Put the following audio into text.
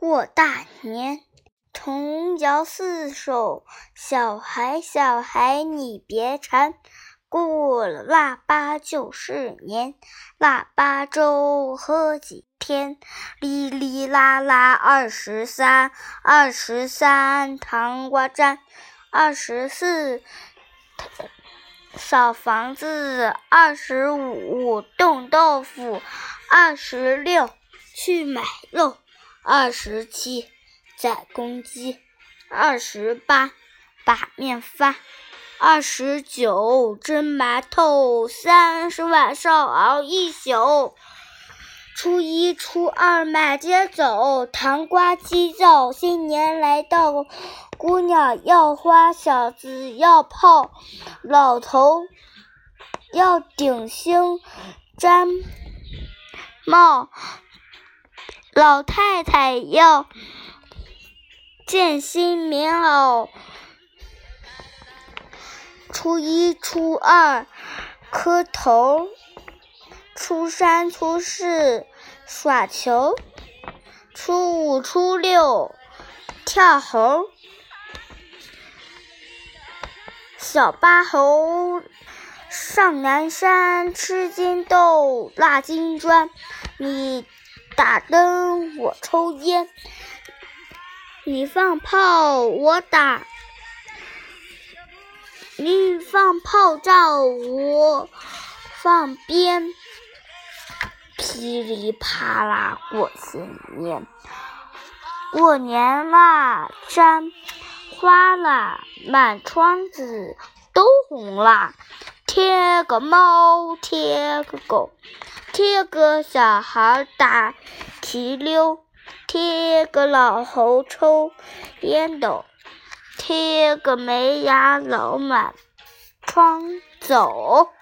过大年，童谣四首，小孩小孩你别馋，过了腊八就是年，腊八粥喝几天，哩哩啦啦23，23糖瓜粘，24扫房子，25冻豆腐，26去买肉，27宰公鸡，28把面发，29蒸馒头，30晚上熬一宿。初一初二满街走，糖瓜鸡叫新年来到，姑娘要花，小子要炮，老头要顶新毡帽，老太太要件新棉袄。初一初二磕头，初三初四耍球，初五初六跳猴，小八猴上南山，吃金豆蜡金砖，你打灯我抽烟，你放炮我打，你放炮仗我放鞭，噼里啪啦过新年，过年啦，毡花啦，满窗子都红啦，贴个猫，贴个狗，贴个小孩打提溜，贴个老猴抽烟斗，贴个没牙老满窗走。